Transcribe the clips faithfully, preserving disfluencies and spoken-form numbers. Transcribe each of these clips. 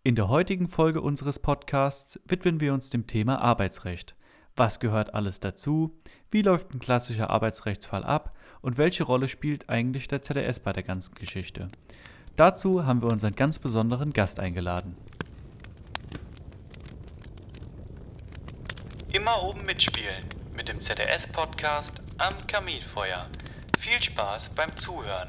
In der heutigen Folge unseres Podcasts widmen wir uns dem Thema Arbeitsrecht. Was gehört alles dazu? Wie läuft ein klassischer Arbeitsrechtsfall ab? Und welche Rolle spielt eigentlich der Z D S bei der ganzen Geschichte? Dazu haben wir unseren ganz besonderen Gast eingeladen. Immer oben mitspielen mit dem Z D S-Podcast am Kaminfeuer. Viel Spaß beim Zuhören.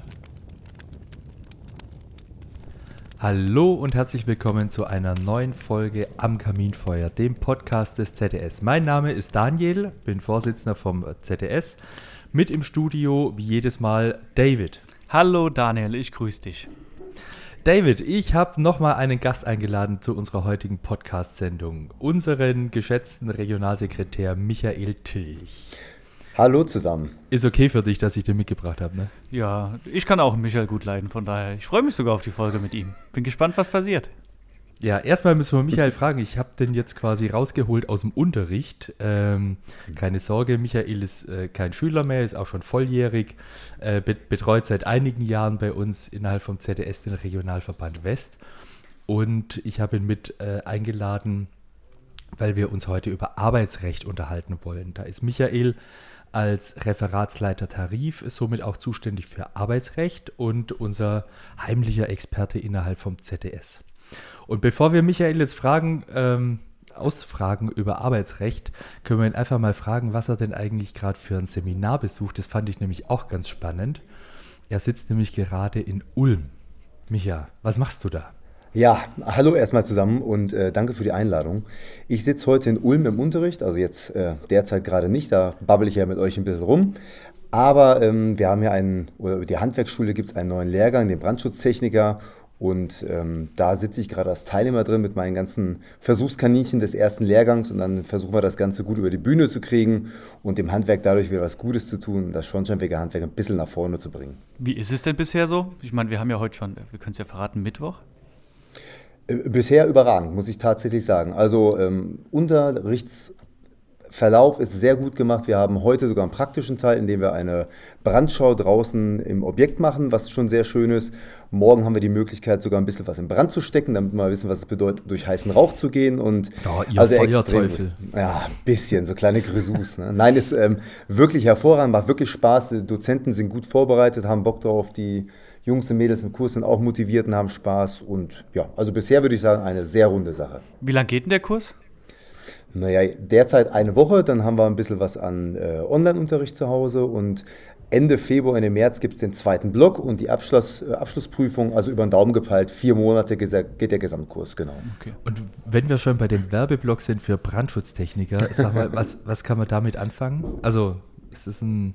Hallo und herzlich willkommen zu einer neuen Folge am Kaminfeuer, dem Podcast des Z D S. Mein Name ist Daniel, bin Vorsitzender vom Z D S. Mit im Studio, wie jedes Mal, David. Hallo Daniel, ich grüße dich. David, ich habe nochmal einen Gast eingeladen zu unserer heutigen Podcast-Sendung. Unseren geschätzten Regionalsekretär Michael Tilch. Hallo zusammen. Ist okay für dich, dass ich den mitgebracht habe, ne? Ja, ich kann auch Michael gut leiden, von daher, ich freue mich sogar auf die Folge mit ihm. Bin gespannt, was passiert. Ja, erstmal müssen wir Michael fragen, ich habe den jetzt quasi rausgeholt aus dem Unterricht. Ähm, keine Sorge, Michael ist äh, kein Schüler mehr, ist auch schon volljährig, äh, betreut seit einigen Jahren bei uns innerhalb vom Z D S den Regionalverband West. Und ich habe ihn mit äh, eingeladen, weil wir uns heute über Arbeitsrecht unterhalten wollen. Da ist Michael als Referatsleiter Tarif, ist somit auch zuständig für Arbeitsrecht und unser heimlicher Experte innerhalb vom Z D S. Und bevor wir Michael jetzt fragen, ähm, ausfragen über Arbeitsrecht, können wir ihn einfach mal fragen, was er denn eigentlich gerade für ein Seminar besucht. Das fand ich nämlich auch ganz spannend. Er sitzt nämlich gerade in Ulm. Micha, was machst du da? Ja, hallo erstmal zusammen und äh, danke für die Einladung. Ich sitze heute in Ulm im Unterricht, also jetzt äh, derzeit gerade nicht, da babbel ich ja mit euch ein bisschen rum. Aber ähm, wir haben ja einen, oder über die Handwerksschule gibt es einen neuen Lehrgang, den Brandschutztechniker. Und ähm, da sitze ich gerade als Teilnehmer drin mit meinen ganzen Versuchskaninchen des ersten Lehrgangs. Und dann versuchen wir das Ganze gut über die Bühne zu kriegen und dem Handwerk dadurch wieder was Gutes zu tun, das Schornsteinfegerhandwerk ein bisschen nach vorne zu bringen. Wie ist es denn bisher so? Ich meine, wir haben ja heute schon, wir können es ja verraten, Mittwoch. Bisher überragend, muss ich tatsächlich sagen. Also ähm, Unterrichtsverlauf ist sehr gut gemacht. Wir haben heute sogar einen praktischen Teil, in dem wir eine Brandschau draußen im Objekt machen, was schon sehr schön ist. Morgen haben wir die Möglichkeit, sogar ein bisschen was in Brand zu stecken, damit wir mal wissen, was es bedeutet, durch heißen Rauch zu gehen. Und oh, ihr also Feuerteufel. Extrem, ja, ein bisschen, so kleine Grisous. Ne? Nein, ist ähm, wirklich hervorragend, macht wirklich Spaß. Die Dozenten sind gut vorbereitet, haben Bock drauf, die Jungs und Mädels im Kurs sind auch motiviert und haben Spaß. Und ja, also bisher würde ich sagen, eine sehr runde Sache. Wie lang geht denn der Kurs? Naja, derzeit eine Woche, dann haben wir ein bisschen was an äh, Online-Unterricht zu Hause und Ende Februar, Ende März gibt es den zweiten Block und die Abschluss, äh, Abschlussprüfung, also über den Daumen gepeilt, vier Monate geht der Gesamtkurs, genau. Okay. Und wenn wir schon bei dem Werbeblock sind für Brandschutztechniker, sag mal, was, was kann man damit anfangen? Also, ist es ein...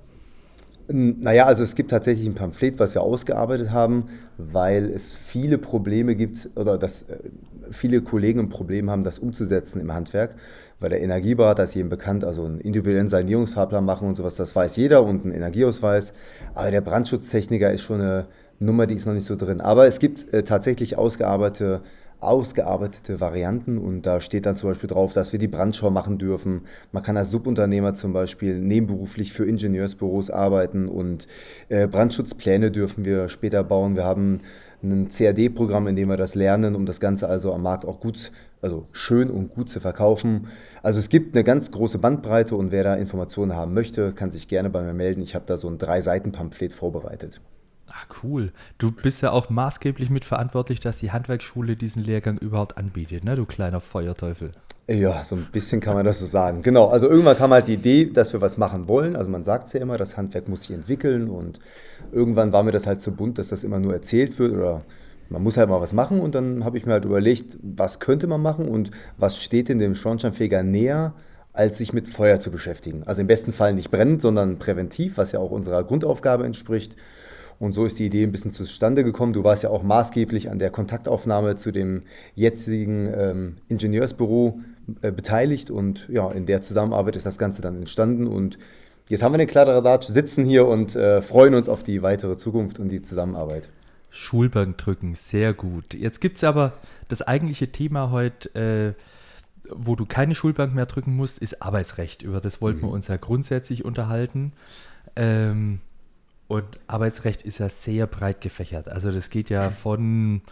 Naja, also es gibt tatsächlich ein Pamphlet, was wir ausgearbeitet haben, weil es viele Probleme gibt oder dass viele Kollegen ein Problem haben, das umzusetzen im Handwerk, weil der Energieberater ist jedem bekannt, also einen individuellen Sanierungsfahrplan machen und sowas, das weiß jeder und einen Energieausweis, aber der Brandschutztechniker ist schon eine Nummer, die ist noch nicht so drin. Aber es gibt äh, tatsächlich ausgearbeitete ausgearbeitete Varianten und da steht dann zum Beispiel drauf, dass wir die Brandschau machen dürfen. Man kann als Subunternehmer zum Beispiel nebenberuflich für Ingenieursbüros arbeiten und äh, Brandschutzpläne dürfen wir später bauen. Wir haben ein C A D-Programm, in dem wir das lernen, um das Ganze also am Markt auch gut, also schön und gut zu verkaufen. Also es gibt eine ganz große Bandbreite und wer da Informationen haben möchte, kann sich gerne bei mir melden. Ich habe da so ein Drei-Seiten-Pamphlet vorbereitet. Ah, cool. Du bist ja auch maßgeblich mitverantwortlich, dass die Handwerksschule diesen Lehrgang überhaupt anbietet, ne, du kleiner Feuerteufel. Ja, so ein bisschen kann man das so sagen. Genau, also irgendwann kam halt die Idee, dass wir was machen wollen. Also man sagt es ja immer, das Handwerk muss sich entwickeln und irgendwann war mir das halt so bunt, dass das immer nur erzählt wird oder man muss halt mal was machen und dann habe ich mir halt überlegt, was könnte man machen und was steht in dem Schornsteinfeger näher, als sich mit Feuer zu beschäftigen. Also im besten Fall nicht brennend, sondern präventiv, was ja auch unserer Grundaufgabe entspricht. Und so ist die Idee ein bisschen zustande gekommen. Du warst ja auch maßgeblich an der Kontaktaufnahme zu dem jetzigen ähm, Ingenieursbüro äh, beteiligt. Und ja, in der Zusammenarbeit ist das Ganze dann entstanden. Und jetzt haben wir den Kladderadatsch, sitzen hier und äh, freuen uns auf die weitere Zukunft und die Zusammenarbeit. Schulbank drücken, sehr gut. Jetzt gibt es aber das eigentliche Thema heute, äh, wo du keine Schulbank mehr drücken musst, ist Arbeitsrecht. Über das wollten mhm. wir uns ja grundsätzlich unterhalten. Ähm, Und Arbeitsrecht ist ja sehr breit gefächert. Also das geht ja von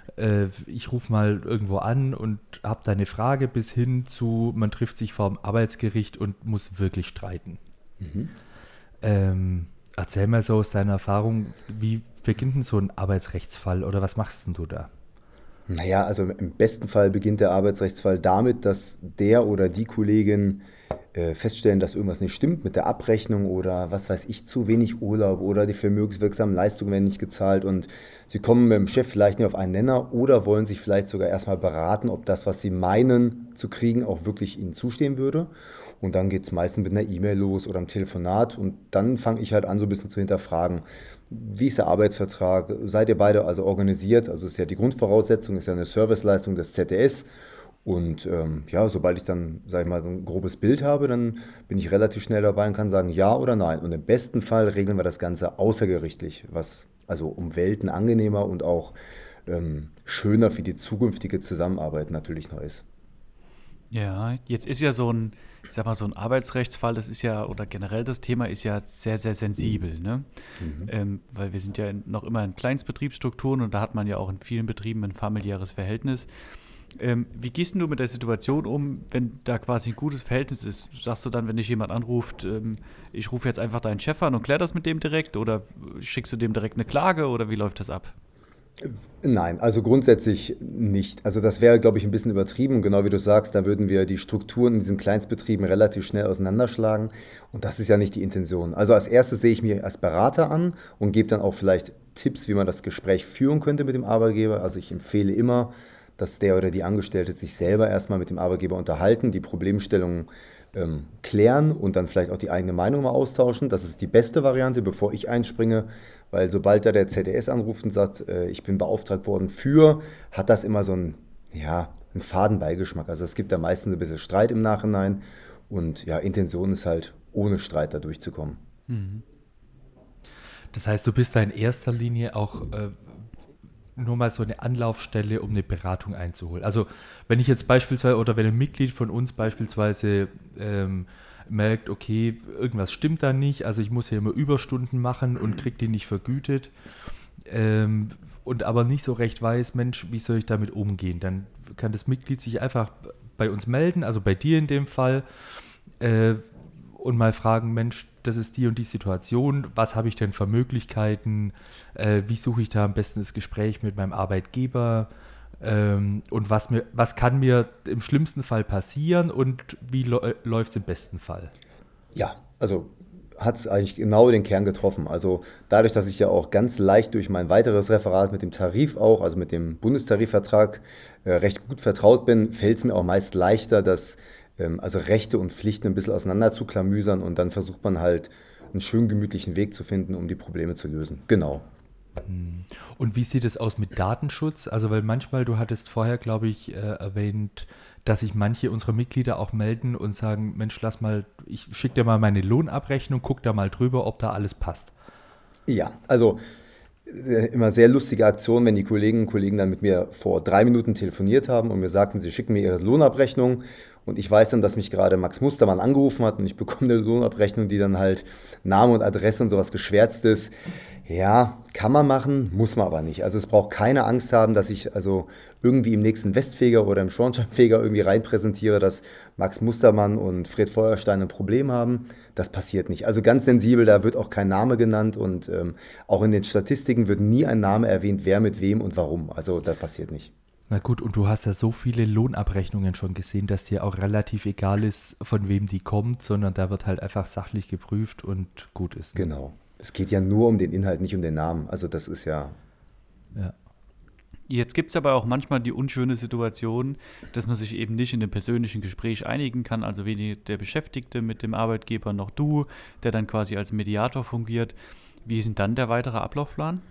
äh, ich rufe mal irgendwo an und habe da eine Frage, bis hin zu, man trifft sich vor dem Arbeitsgericht und muss wirklich streiten. Mhm. Ähm, erzähl mal so aus deiner Erfahrung, wie beginnt denn so ein Arbeitsrechtsfall oder was machst denn du da? Naja, also im besten Fall beginnt der Arbeitsrechtsfall damit, dass der oder die Kollegin äh, feststellen, dass irgendwas nicht stimmt mit der Abrechnung oder was weiß ich, zu wenig Urlaub oder die vermögenswirksamen Leistungen werden nicht gezahlt und sie kommen mit dem Chef vielleicht nicht auf einen Nenner oder wollen sich vielleicht sogar erstmal beraten, ob das, was sie meinen zu kriegen, auch wirklich ihnen zustehen würde. Und dann geht es meistens mit einer E-Mail los oder einem Telefonat und dann fange ich halt an, so ein bisschen zu hinterfragen. Wie ist der Arbeitsvertrag? Seid ihr beide also organisiert? Also ist ja die Grundvoraussetzung, ist ja eine Serviceleistung des Z D S. Und ähm, ja, sobald ich dann, sag ich mal, so ein grobes Bild habe, dann bin ich relativ schnell dabei und kann sagen ja oder nein. Und im besten Fall regeln wir das Ganze außergerichtlich, was also um Welten angenehmer und auch ähm, schöner für die zukünftige Zusammenarbeit natürlich noch ist. Ja, jetzt ist ja so ein, ich sag mal, so ein Arbeitsrechtsfall, das ist ja, oder generell das Thema ist ja sehr, sehr sensibel, ne? Ähm, weil wir sind ja in, noch immer in Kleinstbetriebsstrukturen und da hat man ja auch in vielen Betrieben ein familiäres Verhältnis. Ähm, wie gehst denn du mit der Situation um, wenn da quasi ein gutes Verhältnis ist? Sagst du dann, wenn dich jemand anruft, ähm, ich rufe jetzt einfach deinen Chef an und klär das mit dem direkt oder schickst du dem direkt eine Klage oder wie läuft das ab? Nein, also grundsätzlich nicht. Also das wäre, glaube ich, ein bisschen übertrieben. Und genau wie du sagst, da würden wir die Strukturen in diesen Kleinstbetrieben relativ schnell auseinanderschlagen. Und das ist ja nicht die Intention. Also als erstes sehe ich mich als Berater an und gebe dann auch vielleicht Tipps, wie man das Gespräch führen könnte mit dem Arbeitgeber. Also ich empfehle immer, dass der oder die Angestellte sich selber erstmal mit dem Arbeitgeber unterhalten, die Problemstellungen ähm, klären und dann vielleicht auch die eigene Meinung mal austauschen. Das ist die beste Variante, bevor ich einspringe, weil sobald da der Z D S anruft und sagt, äh, ich bin beauftragt worden für, hat das immer so einen, ja, einen faden Beigeschmack. Also es gibt da meistens ein bisschen Streit im Nachhinein und ja, Intention ist halt, ohne Streit da durchzukommen. Das heißt, du bist da in erster Linie auch äh, nur mal so eine Anlaufstelle, um eine Beratung einzuholen. Also wenn ich jetzt beispielsweise, oder wenn ein Mitglied von uns beispielsweise ähm, merkt, okay, irgendwas stimmt da nicht, also ich muss hier immer Überstunden machen und kriege die nicht vergütet ähm, und aber nicht so recht weiß, Mensch, wie soll ich damit umgehen, dann kann das Mitglied sich einfach bei uns melden, also bei dir in dem Fall, äh, und mal fragen, Mensch, das ist die und die Situation, was habe ich denn für Möglichkeiten, äh, wie suche ich da am besten das Gespräch mit meinem Arbeitgeber ähm, und was, mir, was kann mir im schlimmsten Fall passieren und wie lo- läuft es im besten Fall? Ja, also hat es eigentlich genau den Kern getroffen. Also dadurch, dass ich ja auch ganz leicht durch mein weiteres Referat mit dem Tarif auch, also mit dem Bundestarifvertrag, äh, recht gut vertraut bin, fällt es mir auch meist leichter, dass ähm, also Rechte und Pflichten ein bisschen auseinander zu klamüsern und dann versucht man halt einen schönen gemütlichen Weg zu finden, um die Probleme zu lösen. Genau. Und wie sieht es aus mit Datenschutz? Also weil manchmal, du hattest vorher, glaube ich, äh, erwähnt, dass sich manche unserer Mitglieder auch melden und sagen, Mensch, lass mal, ich schicke dir mal meine Lohnabrechnung, guck da mal drüber, ob da alles passt. Ja, also äh, immer sehr lustige Aktion, wenn die Kolleginnen und Kollegen dann mit mir vor drei Minuten telefoniert haben und mir sagten, sie schicken mir ihre Lohnabrechnung und ich weiß dann, dass mich gerade Max Mustermann angerufen hat und ich bekomme eine Lohnabrechnung, die dann halt Name und Adresse und sowas geschwärzt ist. Ja, kann man machen, muss man aber nicht. Also es braucht keine Angst haben, dass ich also irgendwie im nächsten Westfeger oder im Schornsteinfeger irgendwie reinpräsentiere, dass Max Mustermann und Fred Feuerstein ein Problem haben. Das passiert nicht. Also ganz sensibel, da wird auch kein Name genannt und ähm, auch in den Statistiken wird nie ein Name erwähnt, wer mit wem und warum. Also das passiert nicht. Na gut, und du hast ja so viele Lohnabrechnungen schon gesehen, dass dir auch relativ egal ist, von wem die kommt, sondern da wird halt einfach sachlich geprüft und gut ist. Ne? Genau. Es geht ja nur um den Inhalt, nicht um den Namen. Also das ist ja... Ja. Jetzt gibt es aber auch manchmal die unschöne Situation, dass man sich eben nicht in dem persönlichen Gespräch einigen kann, also weder der Beschäftigte mit dem Arbeitgeber noch du, der dann quasi als Mediator fungiert. Wie ist denn dann der weitere Ablaufplan?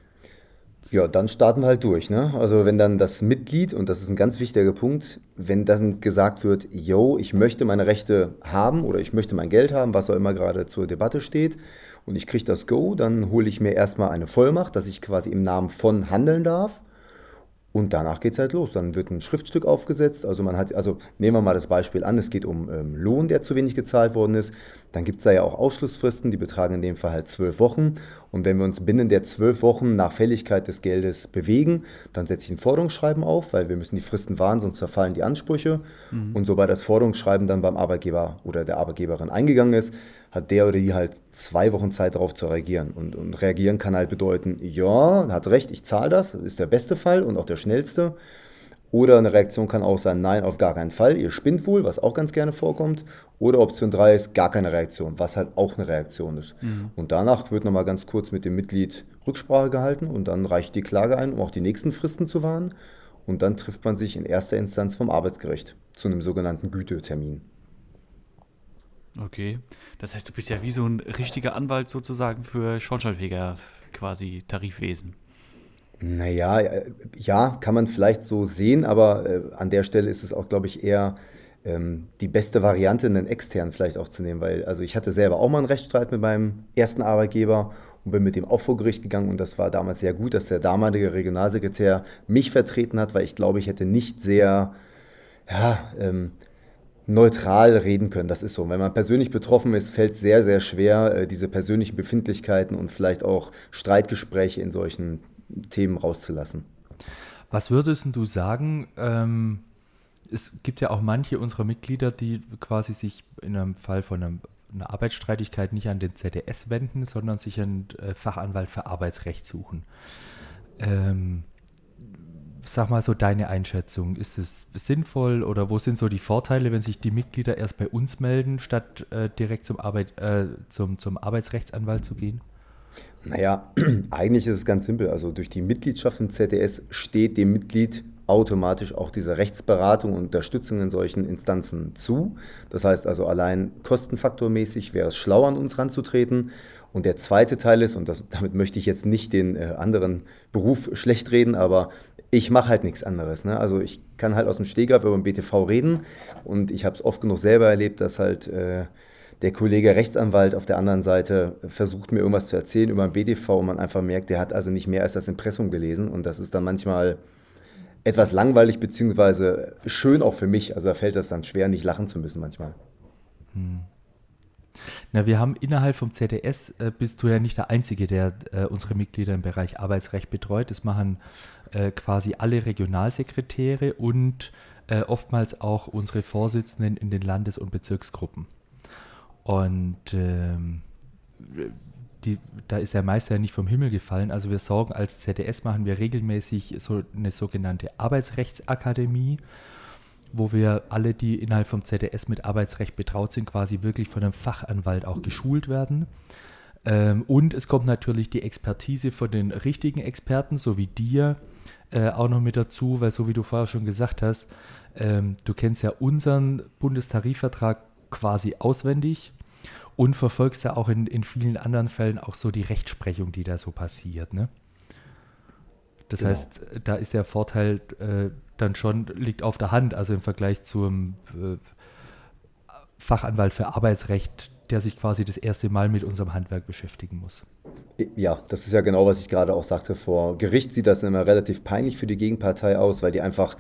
Ja, dann starten wir halt durch, ne? Also wenn dann das Mitglied, und das ist ein ganz wichtiger Punkt, wenn dann gesagt wird, yo, ich möchte meine Rechte haben oder ich möchte mein Geld haben, was auch immer gerade zur Debatte steht, und ich kriege das Go, dann hole ich mir erstmal eine Vollmacht, dass ich quasi im Namen von handeln darf. Und danach geht es halt los. Dann wird ein Schriftstück aufgesetzt. Also man hat, also nehmen wir mal das Beispiel an, es geht um ähm, Lohn, der zu wenig gezahlt worden ist. Dann gibt es da ja auch Ausschlussfristen, die betragen in dem Fall halt zwölf Wochen. Und wenn wir uns binnen der zwölf Wochen nach Fälligkeit des Geldes bewegen, dann setze ich ein Forderungsschreiben auf, weil wir müssen die Fristen wahren, sonst verfallen die Ansprüche. Mhm. Und sobald das Forderungsschreiben dann beim Arbeitgeber oder der Arbeitgeberin eingegangen ist, hat der oder die halt zwei Wochen Zeit darauf zu reagieren. Und, und reagieren kann halt bedeuten, ja, hat recht, ich zahle das, das ist der beste Fall und auch der schnellste. Oder eine Reaktion kann auch sein, nein, auf gar keinen Fall, ihr spinnt wohl, was auch ganz gerne vorkommt. Oder Option drei ist gar keine Reaktion, was halt auch eine Reaktion ist. Mhm. Und danach wird nochmal ganz kurz mit dem Mitglied Rücksprache gehalten und dann reicht die Klage ein, um auch die nächsten Fristen zu wahren. Und dann trifft man sich in erster Instanz vom Arbeitsgericht zu einem sogenannten Gütetermin. Okay, das heißt, du bist ja wie so ein richtiger Anwalt sozusagen für Schornsteinfeger quasi Tarifwesen. Naja, ja, kann man vielleicht so sehen, aber äh, an der Stelle ist es auch, glaube ich, eher ähm, die beste Variante, einen externen vielleicht auch zu nehmen, weil also ich hatte selber auch mal einen Rechtsstreit mit meinem ersten Arbeitgeber und bin mit dem auch vor Gericht gegangen und das war damals sehr gut, dass der damalige Regionalsekretär mich vertreten hat, weil ich glaube, ich hätte nicht sehr, ja, ähm, neutral reden können. Das ist so. Wenn man persönlich betroffen ist, fällt es sehr, sehr schwer, äh, diese persönlichen Befindlichkeiten und vielleicht auch Streitgespräche in solchen Themen rauszulassen. Was würdest du sagen, ähm, es gibt ja auch manche unserer Mitglieder, die quasi sich in einem Fall von einem, einer Arbeitsstreitigkeit nicht an den Z D S wenden, sondern sich einen äh, Fachanwalt für Arbeitsrecht suchen. Ähm, sag mal so deine Einschätzung, ist es sinnvoll oder wo sind so die Vorteile, wenn sich die Mitglieder erst bei uns melden, statt äh, direkt zum, Arbeit, äh, zum, zum Arbeitsrechtsanwalt zu gehen? Naja, eigentlich ist es ganz simpel. Also durch die Mitgliedschaft im Z D S steht dem Mitglied automatisch auch diese Rechtsberatung und Unterstützung in solchen Instanzen zu. Das heißt also allein kostenfaktormäßig wäre es schlau, an uns ranzutreten. Und der zweite Teil ist, und das, damit möchte ich jetzt nicht den äh, anderen Beruf schlecht reden, aber ich mache halt nichts anderes. Ne? Also ich kann halt aus dem Stegreif über den B T V reden und ich habe es oft genug selber erlebt, dass halt äh, der Kollege Rechtsanwalt auf der anderen Seite versucht mir irgendwas zu erzählen über den B T V und man einfach merkt, der hat also nicht mehr als das Impressum gelesen und das ist dann manchmal etwas langweilig beziehungsweise schön auch für mich. Also da fällt das dann schwer, nicht lachen zu müssen manchmal. Hm. Na, wir haben innerhalb vom Z D S, äh, bist du ja nicht der Einzige, der äh, unsere Mitglieder im Bereich Arbeitsrecht betreut. Das machen äh, quasi alle Regionalsekretäre und äh, oftmals auch unsere Vorsitzenden in den Landes- und Bezirksgruppen. Und ähm, die, da ist der Meister ja nicht vom Himmel gefallen. Also wir sorgen als Z D S, machen wir regelmäßig so eine sogenannte Arbeitsrechtsakademie, wo wir alle, die innerhalb vom Z D S mit Arbeitsrecht betraut sind, quasi wirklich von einem Fachanwalt auch geschult werden. Ähm, und es kommt natürlich die Expertise von den richtigen Experten, so wie dir, äh, auch noch mit dazu, weil so wie du vorher schon gesagt hast, ähm, du kennst ja unseren Bundestarifvertrag quasi auswendig und verfolgst ja auch in, in vielen anderen Fällen auch so die Rechtsprechung, die da so passiert, ne? Das genau. heißt, da ist der Vorteil äh, dann schon, liegt auf der Hand, also im Vergleich zum äh, Fachanwalt für Arbeitsrecht, der sich quasi das erste Mal mit unserem Handwerk beschäftigen muss. Ja, das ist ja genau, was ich gerade auch sagte. Vor Gericht sieht das immer relativ peinlich für die Gegenpartei aus, weil die einfach,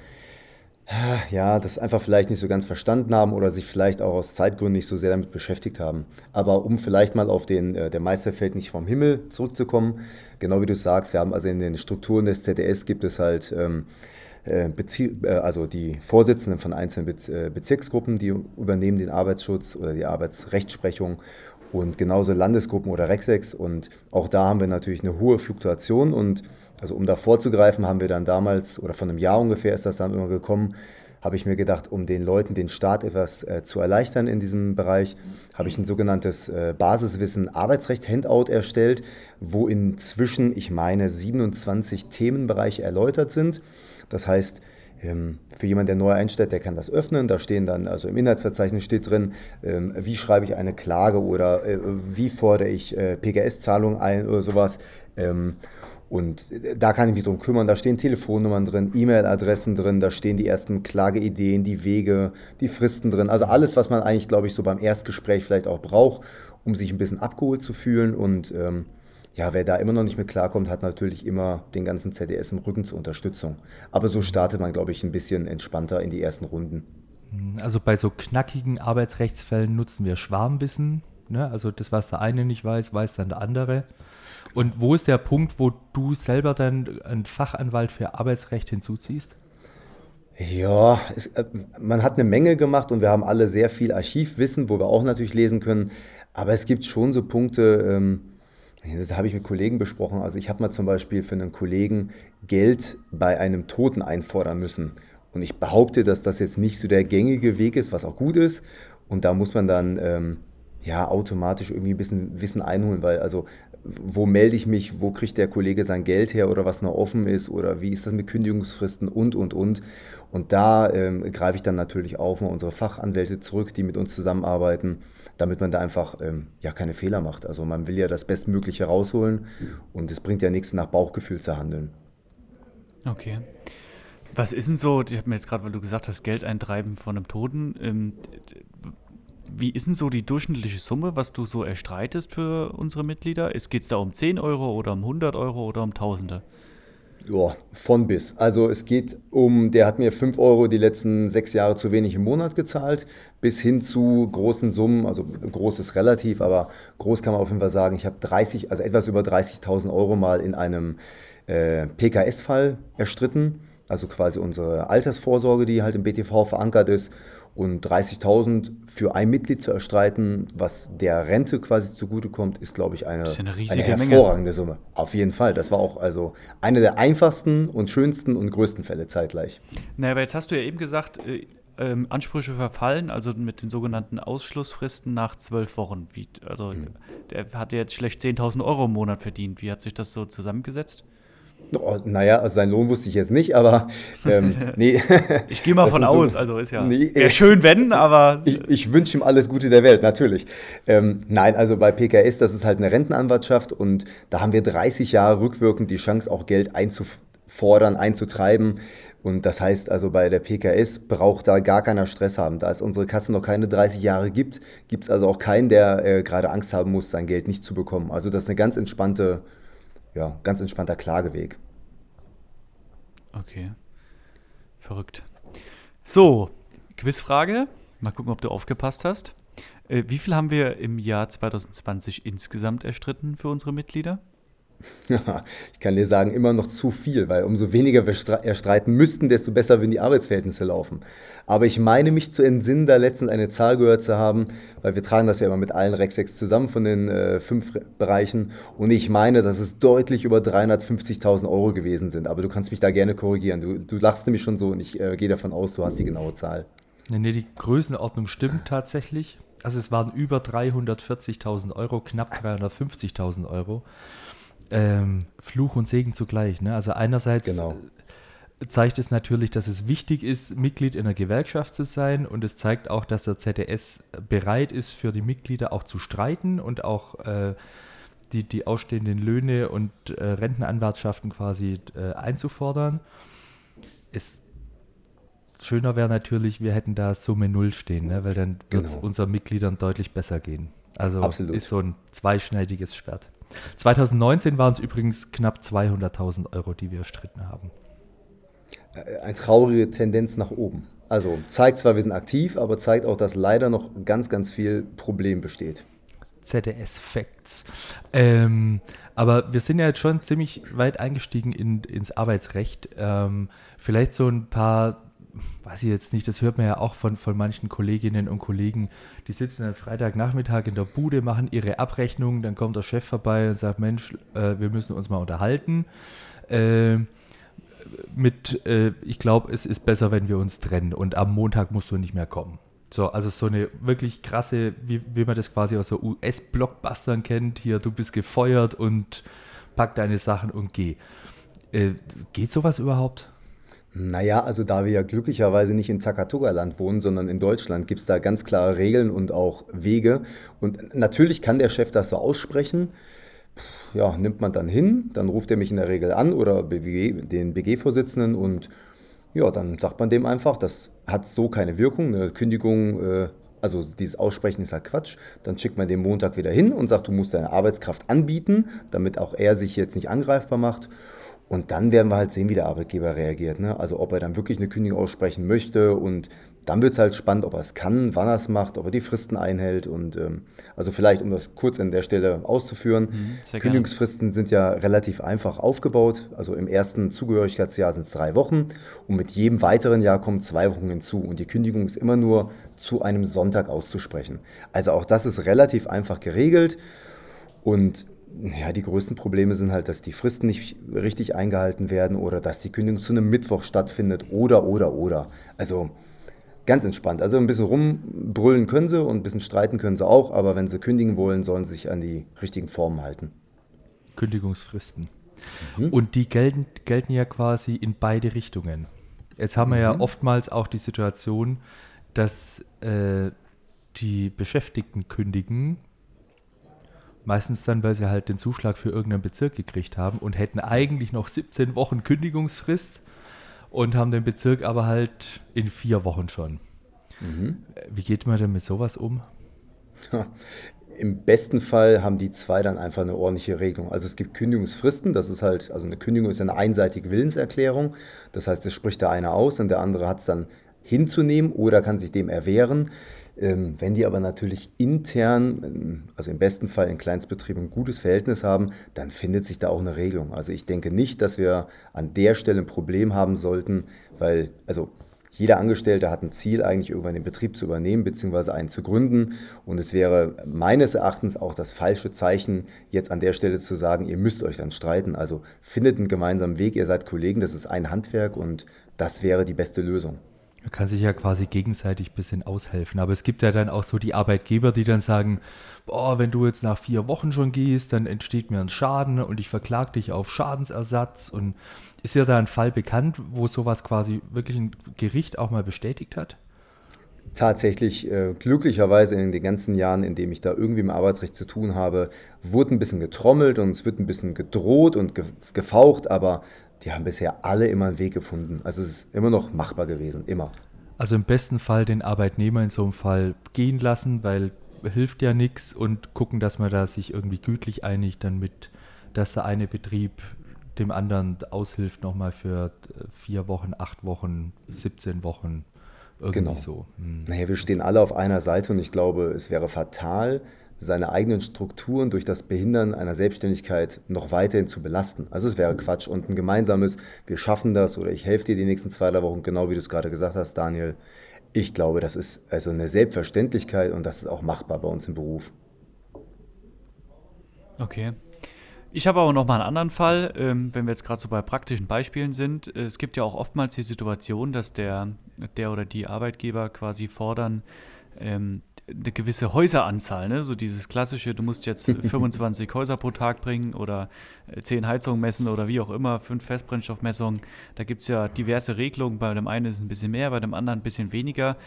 ja, das einfach vielleicht nicht so ganz verstanden haben oder sich vielleicht auch aus Zeitgründen nicht so sehr damit beschäftigt haben. Aber um vielleicht mal auf den, der Meister fällt nicht vom Himmel zurückzukommen, genau wie du sagst, wir haben also in den Strukturen des Z D S gibt es halt ähm, Bezie- also die Vorsitzenden von einzelnen Bez- Bezirksgruppen, die übernehmen den Arbeitsschutz oder die Arbeitsrechtsprechung und genauso Landesgruppen oder Rexex und auch da haben wir natürlich eine hohe Fluktuation und also um da vorzugreifen, haben wir dann damals, oder von einem Jahr ungefähr ist das dann immer gekommen, habe ich mir gedacht, um den Leuten den Start etwas äh, zu erleichtern in diesem Bereich, habe ich ein sogenanntes äh, Basiswissen Arbeitsrecht Handout erstellt, wo inzwischen, ich meine, siebenundzwanzig Themenbereiche erläutert sind. Das heißt, ähm, für jemanden, der neu einsteigt, der kann das öffnen. Da stehen dann, also im Inhaltsverzeichnis steht drin, ähm, wie schreibe ich eine Klage oder äh, wie fordere ich äh, P G S-Zahlungen ein oder sowas. Ähm, Und da kann ich mich drum kümmern, da stehen Telefonnummern drin, E-Mail-Adressen drin, da stehen die ersten Klageideen, die Wege, die Fristen drin. Also alles, was man eigentlich, glaube ich, so beim Erstgespräch vielleicht auch braucht, um sich ein bisschen abgeholt zu fühlen. Und ähm, ja, wer da immer noch nicht mit klarkommt, hat natürlich immer den ganzen Z D S im Rücken zur Unterstützung. Aber so startet man, glaube ich, ein bisschen entspannter in die ersten Runden. Also bei so knackigen Arbeitsrechtsfällen nutzen wir Schwarmwissen, ne? Also das, was der eine nicht weiß, weiß dann der andere. Und wo ist der Punkt, wo du selber dann einen Fachanwalt für Arbeitsrecht hinzuziehst? Ja, es, äh, man hat eine Menge gemacht und wir haben alle sehr viel Archivwissen, wo wir auch natürlich lesen können. Aber es gibt schon so Punkte, ähm, das habe ich mit Kollegen besprochen. Also ich habe mal zum Beispiel für einen Kollegen Geld bei einem Toten einfordern müssen. Und ich behaupte, dass das jetzt nicht so der gängige Weg ist, was auch gut ist. Und da muss man dann ähm, ja automatisch irgendwie ein bisschen Wissen einholen, weil also wo melde ich mich, wo kriegt der Kollege sein Geld her oder was noch offen ist oder wie ist das mit Kündigungsfristen und, und, und. Und da ähm, greife ich dann natürlich auf mal unsere Fachanwälte zurück, die mit uns zusammenarbeiten, damit man da einfach ähm, ja keine Fehler macht. Also man will ja das Bestmögliche rausholen und es bringt ja nichts, nach Bauchgefühl zu handeln. Okay. Was ist denn so, ich habe mir jetzt gerade, weil du gesagt hast, Geld eintreiben von einem Toten, ähm, wie ist denn so die durchschnittliche Summe, was du so erstreitest für unsere Mitglieder? Geht es da um zehn Euro oder um hundert Euro oder um Tausende? Ja, von bis. Also es geht um, der hat mir fünf Euro die letzten sechs Jahre zu wenig im Monat gezahlt, bis hin zu großen Summen, also groß ist relativ, aber groß kann man auf jeden Fall sagen, ich habe dreißig, also etwas über dreißigtausend Euro mal in einem äh, P K S-Fall erstritten, also quasi unsere Altersvorsorge, die halt im B T V verankert ist. Und dreißigtausend für ein Mitglied zu erstreiten, was der Rente quasi zugutekommt, ist, glaube ich, eine, Das ist ja eine eine riesige hervorragende Menge. Summe. Auf jeden Fall. Das war auch also eine der einfachsten und schönsten und größten Fälle zeitgleich. Naja, aber jetzt hast du ja eben gesagt, äh, ähm, Ansprüche verfallen, also mit den sogenannten Ausschlussfristen nach zwölf Wochen. Wie, also der hat ja jetzt schlecht zehntausend Euro im Monat verdient. Wie hat sich das so zusammengesetzt? Oh, naja, also seinen Lohn wusste ich jetzt nicht, aber ähm, nee. Ich gehe mal Das von sind so- aus, also ist ja Nee, wäre schön, wenn, aber Ich, ich wünsche ihm alles Gute der Welt, natürlich. Ähm, nein, also bei P K S, das ist halt eine Rentenanwartschaft und da haben wir dreißig Jahre rückwirkend die Chance, auch Geld einzufordern, einzutreiben. Und das heißt also, bei der P K S braucht da gar keiner Stress haben. Da es unsere Kasse noch keine dreißig Jahre gibt, gibt es also auch keinen, der äh, gerade Angst haben muss, sein Geld nicht zu bekommen. Also das ist eine ganz entspannte, ja, ganz entspannter Klageweg. okay, verrückt. So, Quizfrage. Mal gucken, ob du aufgepasst hast. Äh, wie viel haben wir im Jahr zwanzig zwanzig insgesamt erstritten für unsere Mitglieder? Ich kann dir sagen, immer noch zu viel, weil umso weniger wir stre- erstreiten müssten, desto besser würden die Arbeitsverhältnisse laufen. Aber ich meine mich zu entsinnen, da letztens eine Zahl gehört zu haben, weil wir tragen das ja immer mit allen Rexex zusammen von den äh, fünf Re- Bereichen und ich meine, dass es deutlich über dreihundertfünfzigtausend Euro gewesen sind. Aber du kannst mich da gerne korrigieren. Du, du lachst nämlich schon so und ich äh, gehe davon aus, du hast die genaue Zahl. Nee, nee, die Größenordnung stimmt tatsächlich. Also es waren über dreihundertvierzigtausend Euro, knapp dreihundertfünfzigtausend Euro. Ähm, Fluch und Segen zugleich. Ne? Also einerseits Genau. äh, zeigt es natürlich, dass es wichtig ist, Mitglied in einer Gewerkschaft zu sein und es zeigt auch, dass der Z D S bereit ist, für die Mitglieder auch zu streiten und auch äh, die, die ausstehenden Löhne und äh, Rentenanwartschaften quasi äh, einzufordern. Es schöner wäre natürlich, wir hätten da Summe Null stehen, ne? Weil dann wird es Genau. unseren Mitgliedern deutlich besser gehen. Also Absolut. ist so ein zweischneidiges Schwert. zwanzig neunzehn waren es übrigens knapp zweihunderttausend Euro, die wir erstritten haben. Äh, Eine traurige Tendenz nach oben. Also zeigt zwar, wir sind aktiv, aber zeigt auch, dass leider noch ganz, ganz viel Problem besteht. Z D S-Facts. Ähm, aber wir sind ja jetzt schon ziemlich weit eingestiegen in, ins Arbeitsrecht. Ähm, vielleicht so ein paar, weiß ich jetzt nicht, das hört man ja auch von, von manchen Kolleginnen und Kollegen, die sitzen dann Freitagnachmittag in der Bude, machen ihre Abrechnung, dann kommt der Chef vorbei und sagt, Mensch, äh, wir müssen uns mal unterhalten. Äh, mit, äh, ich glaube, es ist besser, wenn wir uns trennen und am Montag musst du nicht mehr kommen. So, also so eine wirklich krasse, wie, wie man das quasi aus so U S-Blockbustern kennt, hier, du bist gefeuert und pack deine Sachen und geh. Äh, geht sowas überhaupt? Naja, also da wir ja glücklicherweise nicht in Takatuka-Land wohnen, sondern in Deutschland, gibt es da ganz klare Regeln und auch Wege. Und natürlich kann der Chef das so aussprechen. Ja, nimmt man dann hin, dann ruft er mich in der Regel an oder B G, den B G-Vorsitzenden und ja, dann sagt man dem einfach, das hat so keine Wirkung, eine Kündigung, äh, also dieses Aussprechen ist halt Quatsch. Dann schickt man den Montag wieder hin und sagt, du musst deine Arbeitskraft anbieten, damit auch er sich jetzt nicht angreifbar macht. Und dann werden wir halt sehen, wie der Arbeitgeber reagiert. Ne? Also ob er dann wirklich eine Kündigung aussprechen möchte und dann wird es halt spannend, ob er es kann, wann er es macht, ob er die Fristen einhält. Und ähm, also vielleicht, um das kurz an der Stelle auszuführen, Mhm, sehr gerne. Kündigungsfristen sind ja relativ einfach aufgebaut. Also im ersten Zugehörigkeitsjahr sind es drei Wochen und mit jedem weiteren Jahr kommen zwei Wochen hinzu. Und die Kündigung ist immer nur zu einem Sonntag auszusprechen. Also auch das ist relativ einfach geregelt. Und ja, die größten Probleme sind halt, dass die Fristen nicht richtig eingehalten werden oder dass die Kündigung zu einem Mittwoch stattfindet oder, oder, oder. Also ganz entspannt. Also ein bisschen rumbrüllen können sie und ein bisschen streiten können sie auch, aber wenn sie kündigen wollen, sollen sie sich an die richtigen Formen halten. Kündigungsfristen. Mhm. Und die gelten, gelten ja quasi in beide Richtungen. Jetzt haben wir ja oftmals auch die Situation, dass äh, die Beschäftigten kündigen, meistens dann, weil sie halt den Zuschlag für irgendeinen Bezirk gekriegt haben und hätten eigentlich noch siebzehn Wochen Kündigungsfrist und haben den Bezirk aber halt in vier Wochen schon. Mhm. Wie geht man denn mit sowas um? Im besten Fall haben die zwei dann einfach eine ordentliche Regelung. Also es gibt Kündigungsfristen, das ist halt, also eine Kündigung ist eine einseitige Willenserklärung. Das heißt, es spricht der eine aus und der andere hat es dann hinzunehmen oder kann sich dem erwehren. Ähm, wenn die aber natürlich intern, ähm, also im besten Fall in Kleinstbetrieben, ein gutes Verhältnis haben, dann findet sich da auch eine Regelung. Also ich denke nicht, dass wir an der Stelle ein Problem haben sollten, weil, also jeder Angestellte hat ein Ziel, eigentlich irgendwann den Betrieb zu übernehmen bzw. einen zu gründen. Und es wäre meines Erachtens auch das falsche Zeichen, jetzt an der Stelle zu sagen, ihr müsst euch dann streiten. Also findet einen gemeinsamen Weg, ihr seid Kollegen, das ist ein Handwerk und das wäre die beste Lösung. Man kann sich ja quasi gegenseitig ein bisschen aushelfen. Aber es gibt ja dann auch so die Arbeitgeber, die dann sagen, boah, wenn du jetzt nach vier Wochen schon gehst, dann entsteht mir ein Schaden und ich verklage dich auf Schadensersatz. Und ist ja da ein Fall bekannt, wo sowas quasi wirklich ein Gericht auch mal bestätigt hat? Tatsächlich, äh, glücklicherweise in den ganzen Jahren, in denen ich da irgendwie im Arbeitsrecht zu tun habe, wurde ein bisschen getrommelt und es wird ein bisschen gedroht und ge gefaucht, aber die haben bisher alle immer einen Weg gefunden. Also es ist immer noch machbar gewesen, immer. Also im besten Fall den Arbeitnehmer in so einem Fall gehen lassen, weil hilft ja nichts und gucken, dass man da sich irgendwie gütlich einigt, damit, dass der eine Betrieb dem anderen aushilft nochmal für vier Wochen, acht Wochen, siebzehn Wochen, irgendwie Genau. so. Hm. Naja, wir stehen alle auf einer Seite und ich glaube, es wäre fatal, seine eigenen Strukturen durch das Behindern einer Selbstständigkeit noch weiterhin zu belasten. Also es wäre Quatsch und ein gemeinsames, wir schaffen das oder ich helfe dir die nächsten zwei, drei Wochen, genau wie du es gerade gesagt hast, Daniel. Ich glaube, das ist also eine Selbstverständlichkeit und das ist auch machbar bei uns im Beruf. Okay. Ich habe aber noch mal einen anderen Fall, ähm, wenn wir jetzt gerade so bei praktischen Beispielen sind. Äh, Es gibt ja auch oftmals die Situation, dass der, der oder die Arbeitgeber quasi fordern, ähm, eine gewisse Häuseranzahl, ne? So dieses klassische, du musst jetzt fünfundzwanzig Häuser pro Tag bringen oder äh, zehn Heizungen messen oder wie auch immer, fünf Festbrennstoffmessungen. Da gibt es ja diverse Regelungen, bei dem einen ist es ein bisschen mehr, bei dem anderen ein bisschen weniger.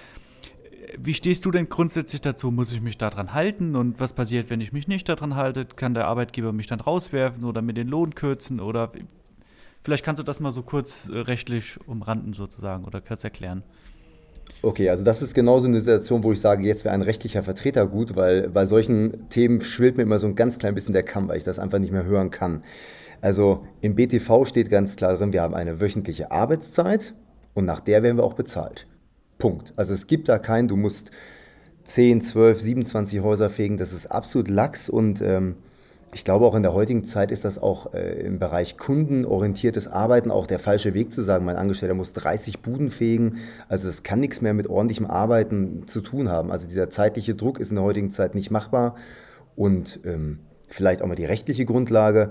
Wie stehst du denn grundsätzlich dazu? Muss ich mich daran halten? Und was passiert, wenn ich mich nicht daran halte? Kann der Arbeitgeber mich dann rauswerfen oder mir den Lohn kürzen? Oder vielleicht kannst du das mal so kurz äh, rechtlich umranden sozusagen oder kurz erklären. Okay, also das ist genauso eine Situation, wo ich sage, jetzt wäre ein rechtlicher Vertreter gut, weil bei solchen Themen schwillt mir immer so ein ganz klein bisschen der Kamm, weil ich das einfach nicht mehr hören kann. Also im B T V steht ganz klar drin, wir haben eine wöchentliche Arbeitszeit und nach der werden wir auch bezahlt. Punkt. Also es gibt da keinen, du musst zehn, zwölf, siebenundzwanzig Häuser fegen, das ist absolut lax und ähm, ich glaube auch in der heutigen Zeit ist das auch äh, im Bereich kundenorientiertes Arbeiten auch der falsche Weg zu sagen, mein Angestellter muss dreißig Buden fegen, also das kann nichts mehr mit ordentlichem Arbeiten zu tun haben. Also dieser zeitliche Druck ist in der heutigen Zeit nicht machbar und ähm, vielleicht auch mal die rechtliche Grundlage.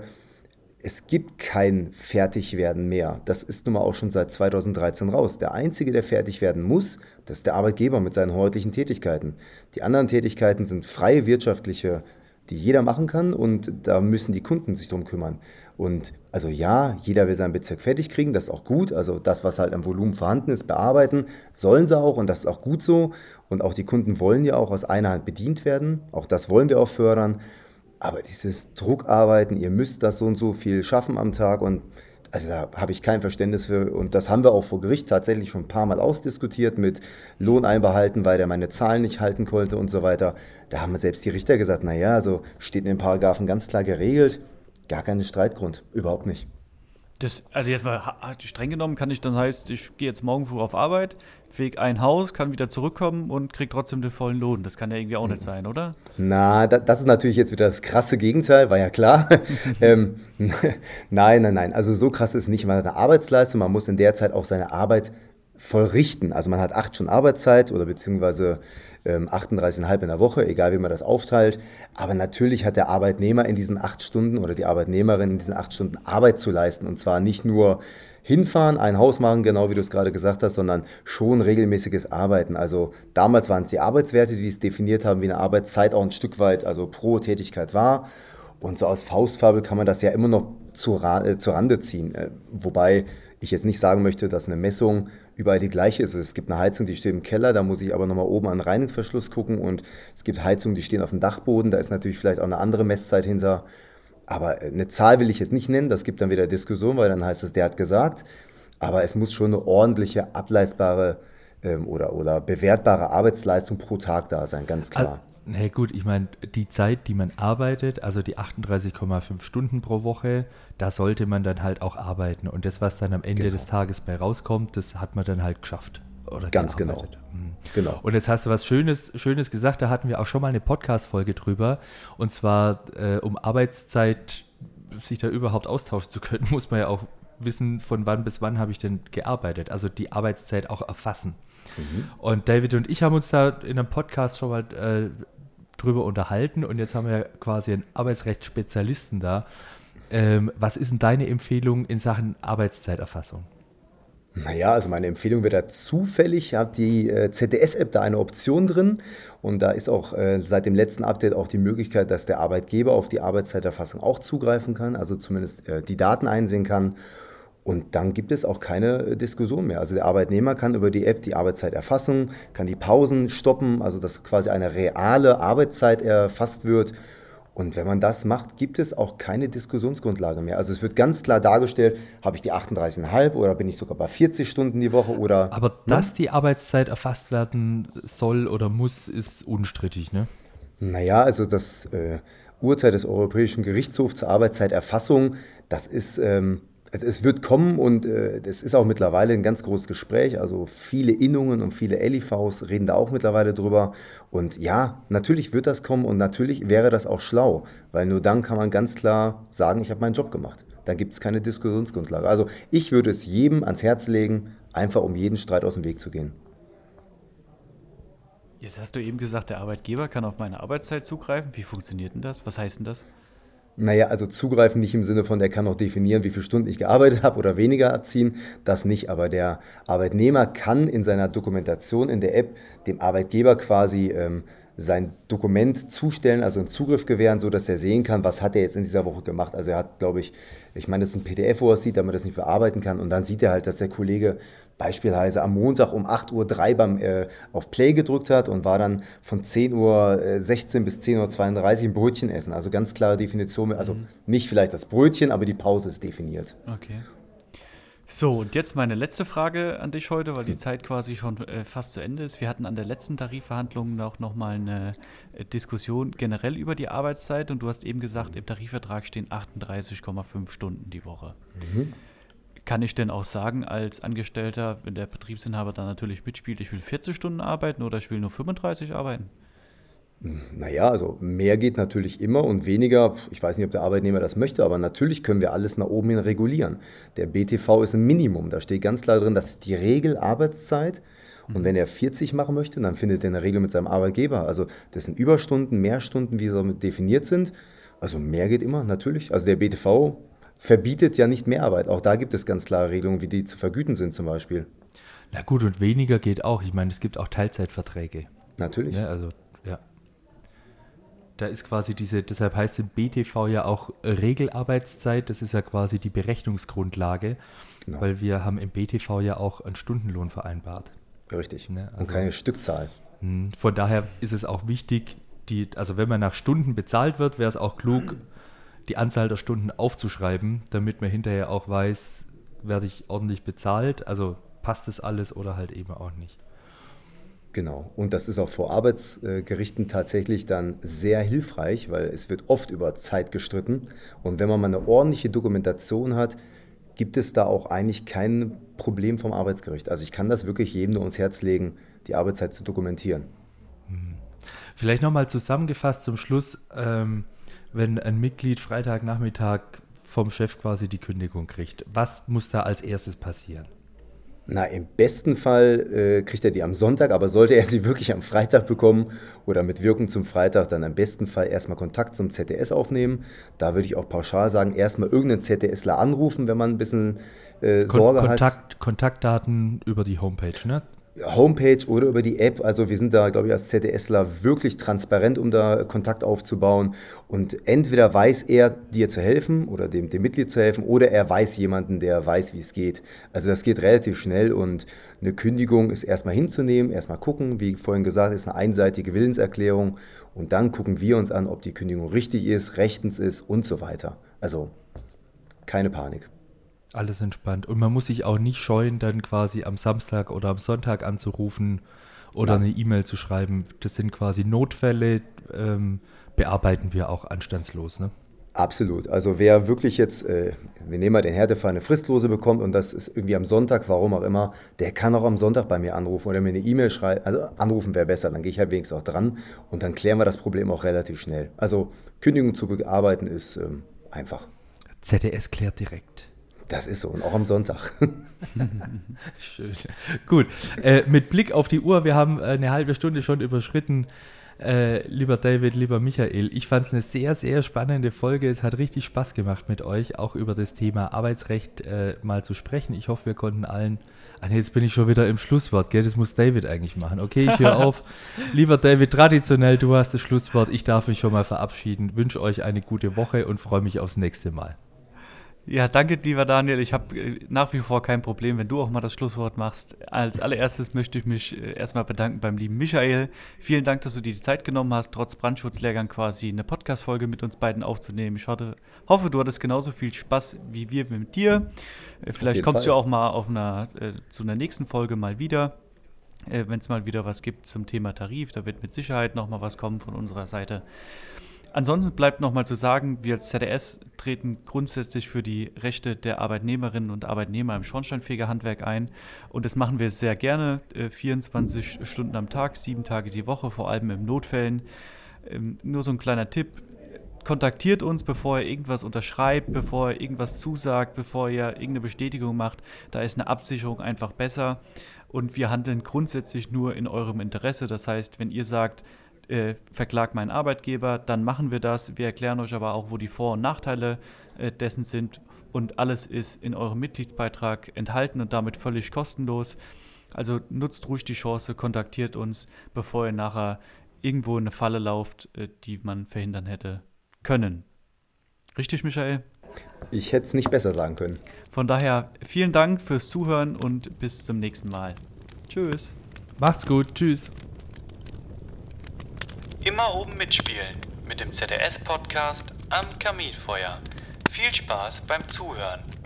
Es gibt kein Fertigwerden mehr. Das ist nun mal auch schon seit zweitausenddreizehn raus. Der Einzige, der fertig werden muss, das ist der Arbeitgeber mit seinen häuslichen Tätigkeiten. Die anderen Tätigkeiten sind freie wirtschaftliche, die jeder machen kann und da müssen die Kunden sich drum kümmern. Und also ja, jeder will seinen Bezirk fertig kriegen, das ist auch gut. Also das, was halt am Volumen vorhanden ist, bearbeiten, sollen sie auch und das ist auch gut so. Und auch die Kunden wollen ja auch aus einer Hand bedient werden. Auch das wollen wir auch fördern. Aber dieses Druckarbeiten, ihr müsst das so und so viel schaffen am Tag und also da habe ich kein Verständnis für und das haben wir auch vor Gericht tatsächlich schon ein paar Mal ausdiskutiert mit Lohneinbehalten, weil der meine Zahlen nicht halten konnte und so weiter. Da haben selbst die Richter gesagt, naja, also steht in den Paragraphen ganz klar geregelt, gar keinen Streitgrund, überhaupt nicht. Das, also jetzt mal ha- streng genommen kann ich dann heißt, ich gehe jetzt morgen früh auf Arbeit, feg ein Haus, kann wieder zurückkommen und krieg trotzdem den vollen Lohn. Das kann ja irgendwie auch nicht sein, oder? Na, da, das ist natürlich jetzt wieder das krasse Gegenteil, war ja klar. ähm, nein, nein, nein. Also so krass ist es nicht. Man hat eine Arbeitsleistung, man muss in der Zeit auch seine Arbeit vollrichten. Also man hat acht Stunden Arbeitszeit oder beziehungsweise ähm, achtunddreißig Komma fünf in der Woche, egal wie man das aufteilt. Aber natürlich hat der Arbeitnehmer in diesen acht Stunden oder die Arbeitnehmerin in diesen acht Stunden Arbeit zu leisten. Und zwar nicht nur hinfahren, ein Haus machen, genau wie du es gerade gesagt hast, sondern schon regelmäßiges Arbeiten. Also damals waren es die Arbeitswerte, die es definiert haben, wie eine Arbeitszeit auch ein Stück weit, also pro Tätigkeit war. Und so aus Faustfabel kann man das ja immer noch zu, Ra äh, zur Rande ziehen. Äh, wobei ich jetzt nicht sagen möchte, dass eine Messung überall die gleiche ist. Es gibt eine Heizung, die steht im Keller, da muss ich aber nochmal oben an den Reinigungsverschluss gucken. Und es gibt Heizungen, die stehen auf dem Dachboden, da ist natürlich vielleicht auch eine andere Messzeit hinter. Aber eine Zahl will ich jetzt nicht nennen, das gibt dann wieder Diskussion, weil dann heißt es, der hat gesagt. Aber es muss schon eine ordentliche, ableistbare ähm, oder, oder bewertbare Arbeitsleistung pro Tag da sein, ganz klar. Na nee, gut, ich meine, die Zeit, die man arbeitet, also die achtunddreißig Komma fünf Stunden pro Woche, da sollte man dann halt auch arbeiten. Und das, was dann am Ende Genau. des Tages bei rauskommt, das hat man dann halt geschafft. Oder Ganz gearbeitet. genau. Mhm. Genau. Und jetzt hast du was Schönes, Schönes gesagt, da hatten wir auch schon mal eine Podcast-Folge drüber. Und zwar, äh, um Arbeitszeit, sich da überhaupt austauschen zu können, muss man ja auch wissen, von wann bis wann habe ich denn gearbeitet. Also die Arbeitszeit auch erfassen. Mhm. Und David und ich haben uns da in einem Podcast schon mal äh, drüber unterhalten und jetzt haben wir quasi einen Arbeitsrechtsspezialisten da. Ähm, was ist denn deine Empfehlung in Sachen Arbeitszeiterfassung? Naja, also meine Empfehlung wäre da zufällig, hat die äh, Z D S-App da eine Option drin und da ist auch äh, seit dem letzten Update auch die Möglichkeit, dass der Arbeitgeber auf die Arbeitszeiterfassung auch zugreifen kann, also zumindest äh, die Daten einsehen kann. Und dann gibt es auch keine äh, Diskussion mehr. Also der Arbeitnehmer kann über die App die Arbeitszeit erfassen, kann die Pausen stoppen, also dass quasi eine reale Arbeitszeit erfasst wird. Und wenn man das macht, gibt es auch keine Diskussionsgrundlage mehr. Also es wird ganz klar dargestellt, habe ich die achtunddreißig Komma fünf oder bin ich sogar bei vierzig Stunden die Woche oder... Aber dass die Arbeitszeit erfasst werden soll oder muss, ist unstrittig, ne? Naja, also das äh, Urteil des Europäischen Gerichtshofs zur Arbeitszeiterfassung, das ist... Ähm, Es wird kommen und äh, es ist auch mittlerweile ein ganz großes Gespräch. Also viele Innungen und viele L I Vs reden da auch mittlerweile drüber. Und ja, natürlich wird das kommen und natürlich wäre das auch schlau, weil nur dann kann man ganz klar sagen, ich habe meinen Job gemacht. Dann gibt es keine Diskussionsgrundlage. Also ich würde es jedem ans Herz legen, einfach um jeden Streit aus dem Weg zu gehen. Jetzt hast du eben gesagt, der Arbeitgeber kann auf meine Arbeitszeit zugreifen. Wie funktioniert denn das? Was heißt denn das? Naja, also zugreifen nicht im Sinne von, der kann auch definieren, wie viele Stunden ich gearbeitet habe oder weniger abziehen, das nicht. Aber der Arbeitnehmer kann in seiner Dokumentation in der App dem Arbeitgeber quasi ähm, sein Dokument zustellen, also einen Zugriff gewähren, sodass er sehen kann, was hat er jetzt in dieser Woche gemacht. Also er hat, glaube ich, ich meine, das ist ein P D F, wo er es sieht, damit er das nicht bearbeiten kann. Und dann sieht er halt, dass der Kollege beispielsweise am Montag um acht Uhr drei beim, äh, auf Play gedrückt hat und war dann von zehn Uhr sechzehn bis zehn Uhr zweiunddreißig ein Brötchen essen. Also ganz klare Definition, also mhm. nicht vielleicht das Brötchen, aber die Pause ist definiert. Okay. So, und jetzt meine letzte Frage an dich heute, weil die Zeit quasi schon äh, fast zu Ende ist. Wir hatten an der letzten Tarifverhandlung auch nochmal eine äh, Diskussion generell über die Arbeitszeit und du hast eben gesagt, im Tarifvertrag stehen achtunddreißig Komma fünf Stunden die Woche. Mhm. Kann ich denn auch sagen, als Angestellter, wenn der Betriebsinhaber dann natürlich mitspielt, ich will vierzig Stunden arbeiten oder ich will nur fünfunddreißig arbeiten? Naja, also mehr geht natürlich immer und weniger, ich weiß nicht, ob der Arbeitnehmer das möchte, aber natürlich können wir alles nach oben hin regulieren. Der B T V ist ein Minimum, da steht ganz klar drin, das ist die Regelarbeitszeit. Und wenn er vierzig machen möchte, dann findet er eine Regel mit seinem Arbeitgeber. Also das sind Überstunden, Mehrstunden, wie sie definiert sind. Also mehr geht immer, natürlich. Also der B T V verbietet ja nicht Mehrarbeit. Auch da gibt es ganz klare Regelungen, wie die zu vergüten sind zum Beispiel. Na gut, und weniger geht auch. Ich meine, es gibt auch Teilzeitverträge. Natürlich. Ja, also, ja. Da ist quasi diese, deshalb heißt im B T V ja auch Regelarbeitszeit. Das ist ja quasi die Berechnungsgrundlage, genau. Weil wir haben im B T V ja auch einen Stundenlohn vereinbart. Richtig. Ne? Also, und keine Stückzahl. Von daher ist es auch wichtig, die, also wenn man nach Stunden bezahlt wird, wäre es auch klug, die Anzahl der Stunden aufzuschreiben, damit man hinterher auch weiß, werde ich ordentlich bezahlt, also passt das alles oder halt eben auch nicht. Genau, und das ist auch vor Arbeitsgerichten tatsächlich dann sehr hilfreich, weil es wird oft über Zeit gestritten und wenn man mal eine ordentliche Dokumentation hat, gibt es da auch eigentlich kein Problem vom Arbeitsgericht. Also ich kann das wirklich jedem nur ums Herz legen, die Arbeitszeit zu dokumentieren. Vielleicht nochmal zusammengefasst zum Schluss, ähm, wenn ein Mitglied Freitagnachmittag vom Chef quasi die Kündigung kriegt, was muss da als erstes passieren? Na, im besten Fall äh, kriegt er die am Sonntag, aber sollte er sie wirklich am Freitag bekommen oder mit Wirkung zum Freitag, dann im besten Fall erstmal Kontakt zum Z D S aufnehmen. Da würde ich auch pauschal sagen, erstmal irgendeinen ZDSler anrufen, wenn man ein bisschen äh, Sorge Kon- Kontakt, hat. Kontaktdaten über die Homepage, ne? Homepage oder über die App. Also wir sind da, glaube ich, als ZDSler wirklich transparent, um da Kontakt aufzubauen. Und entweder weiß er, dir zu helfen oder dem, dem Mitglied zu helfen, oder er weiß jemanden, der weiß, wie es geht. Also das geht relativ schnell und eine Kündigung ist erstmal hinzunehmen, erstmal gucken, wie vorhin gesagt, ist eine einseitige Willenserklärung und dann gucken wir uns an, ob die Kündigung richtig ist, rechtens ist und so weiter. Also keine Panik. Alles entspannt. Und man muss sich auch nicht scheuen, dann quasi am Samstag oder am Sonntag anzurufen oder Ja. eine E-Mail zu schreiben. Das sind quasi Notfälle, ähm, bearbeiten wir auch anstandslos, ne? Absolut. Also wer wirklich jetzt, äh, wir nehmen mal den Härtefall, eine Fristlose bekommt und das ist irgendwie am Sonntag, warum auch immer, der kann auch am Sonntag bei mir anrufen oder mir eine E-Mail schreiben. Also anrufen wäre besser, dann gehe ich halt wenigstens auch dran und dann klären wir das Problem auch relativ schnell. Also Kündigung zu bearbeiten ist ähm, einfach. Z D S klärt direkt. Das ist so und auch am Sonntag. Schön. Gut. Äh, mit Blick auf die Uhr, wir haben eine halbe Stunde schon überschritten. Äh, lieber David, lieber Michael, ich fand es eine sehr, sehr spannende Folge. Es hat richtig Spaß gemacht mit euch, auch über das Thema Arbeitsrecht äh, mal zu sprechen. Ich hoffe, wir konnten allen... Ah, nee, jetzt bin ich schon wieder im Schlusswort, gell? Das muss David eigentlich machen. Okay, ich höre auf. Lieber David, traditionell, du hast das Schlusswort. Ich darf mich schon mal verabschieden. Wünsche euch eine gute Woche und freue mich aufs nächste Mal. Ja, danke, lieber Daniel. Ich habe äh, nach wie vor kein Problem, wenn du auch mal das Schlusswort machst. Als allererstes möchte ich mich äh, erstmal bedanken beim lieben Michael. Vielen Dank, dass du dir die Zeit genommen hast, trotz Brandschutzlehrgang quasi eine Podcast-Folge mit uns beiden aufzunehmen. Ich hatte, hoffe, du hattest genauso viel Spaß wie wir mit dir. Äh, vielleicht kommst du auch mal auf einer, äh, zu einer nächsten Folge mal wieder, äh, wenn es mal wieder was gibt zum Thema Tarif. Da wird mit Sicherheit noch mal was kommen von unserer Seite. Ansonsten bleibt nochmal zu sagen, wir als Z D S treten grundsätzlich für die Rechte der Arbeitnehmerinnen und Arbeitnehmer im Schornsteinfegerhandwerk ein. Und das machen wir sehr gerne, äh, vierundzwanzig Stunden am Tag, sieben Tage die Woche, vor allem in Notfällen. Ähm, nur so ein kleiner Tipp, kontaktiert uns, bevor ihr irgendwas unterschreibt, bevor ihr irgendwas zusagt, bevor ihr irgendeine Bestätigung macht. Da ist eine Absicherung einfach besser. Und wir handeln grundsätzlich nur in eurem Interesse. Das heißt, wenn ihr sagt, Äh, verklagt meinen Arbeitgeber, dann machen wir das. Wir erklären euch aber auch, wo die Vor- und Nachteile äh, dessen sind und alles ist in eurem Mitgliedsbeitrag enthalten und damit völlig kostenlos. Also nutzt ruhig die Chance, kontaktiert uns, bevor ihr nachher irgendwo in eine Falle lauft, äh, die man verhindern hätte können. Richtig, Michael? Ich hätte es nicht besser sagen können. Von daher vielen Dank fürs Zuhören und bis zum nächsten Mal. Tschüss. Macht's gut. Tschüss. Immer oben mitspielen mit dem Z D S-Podcast am Kaminfeuer. Viel Spaß beim Zuhören.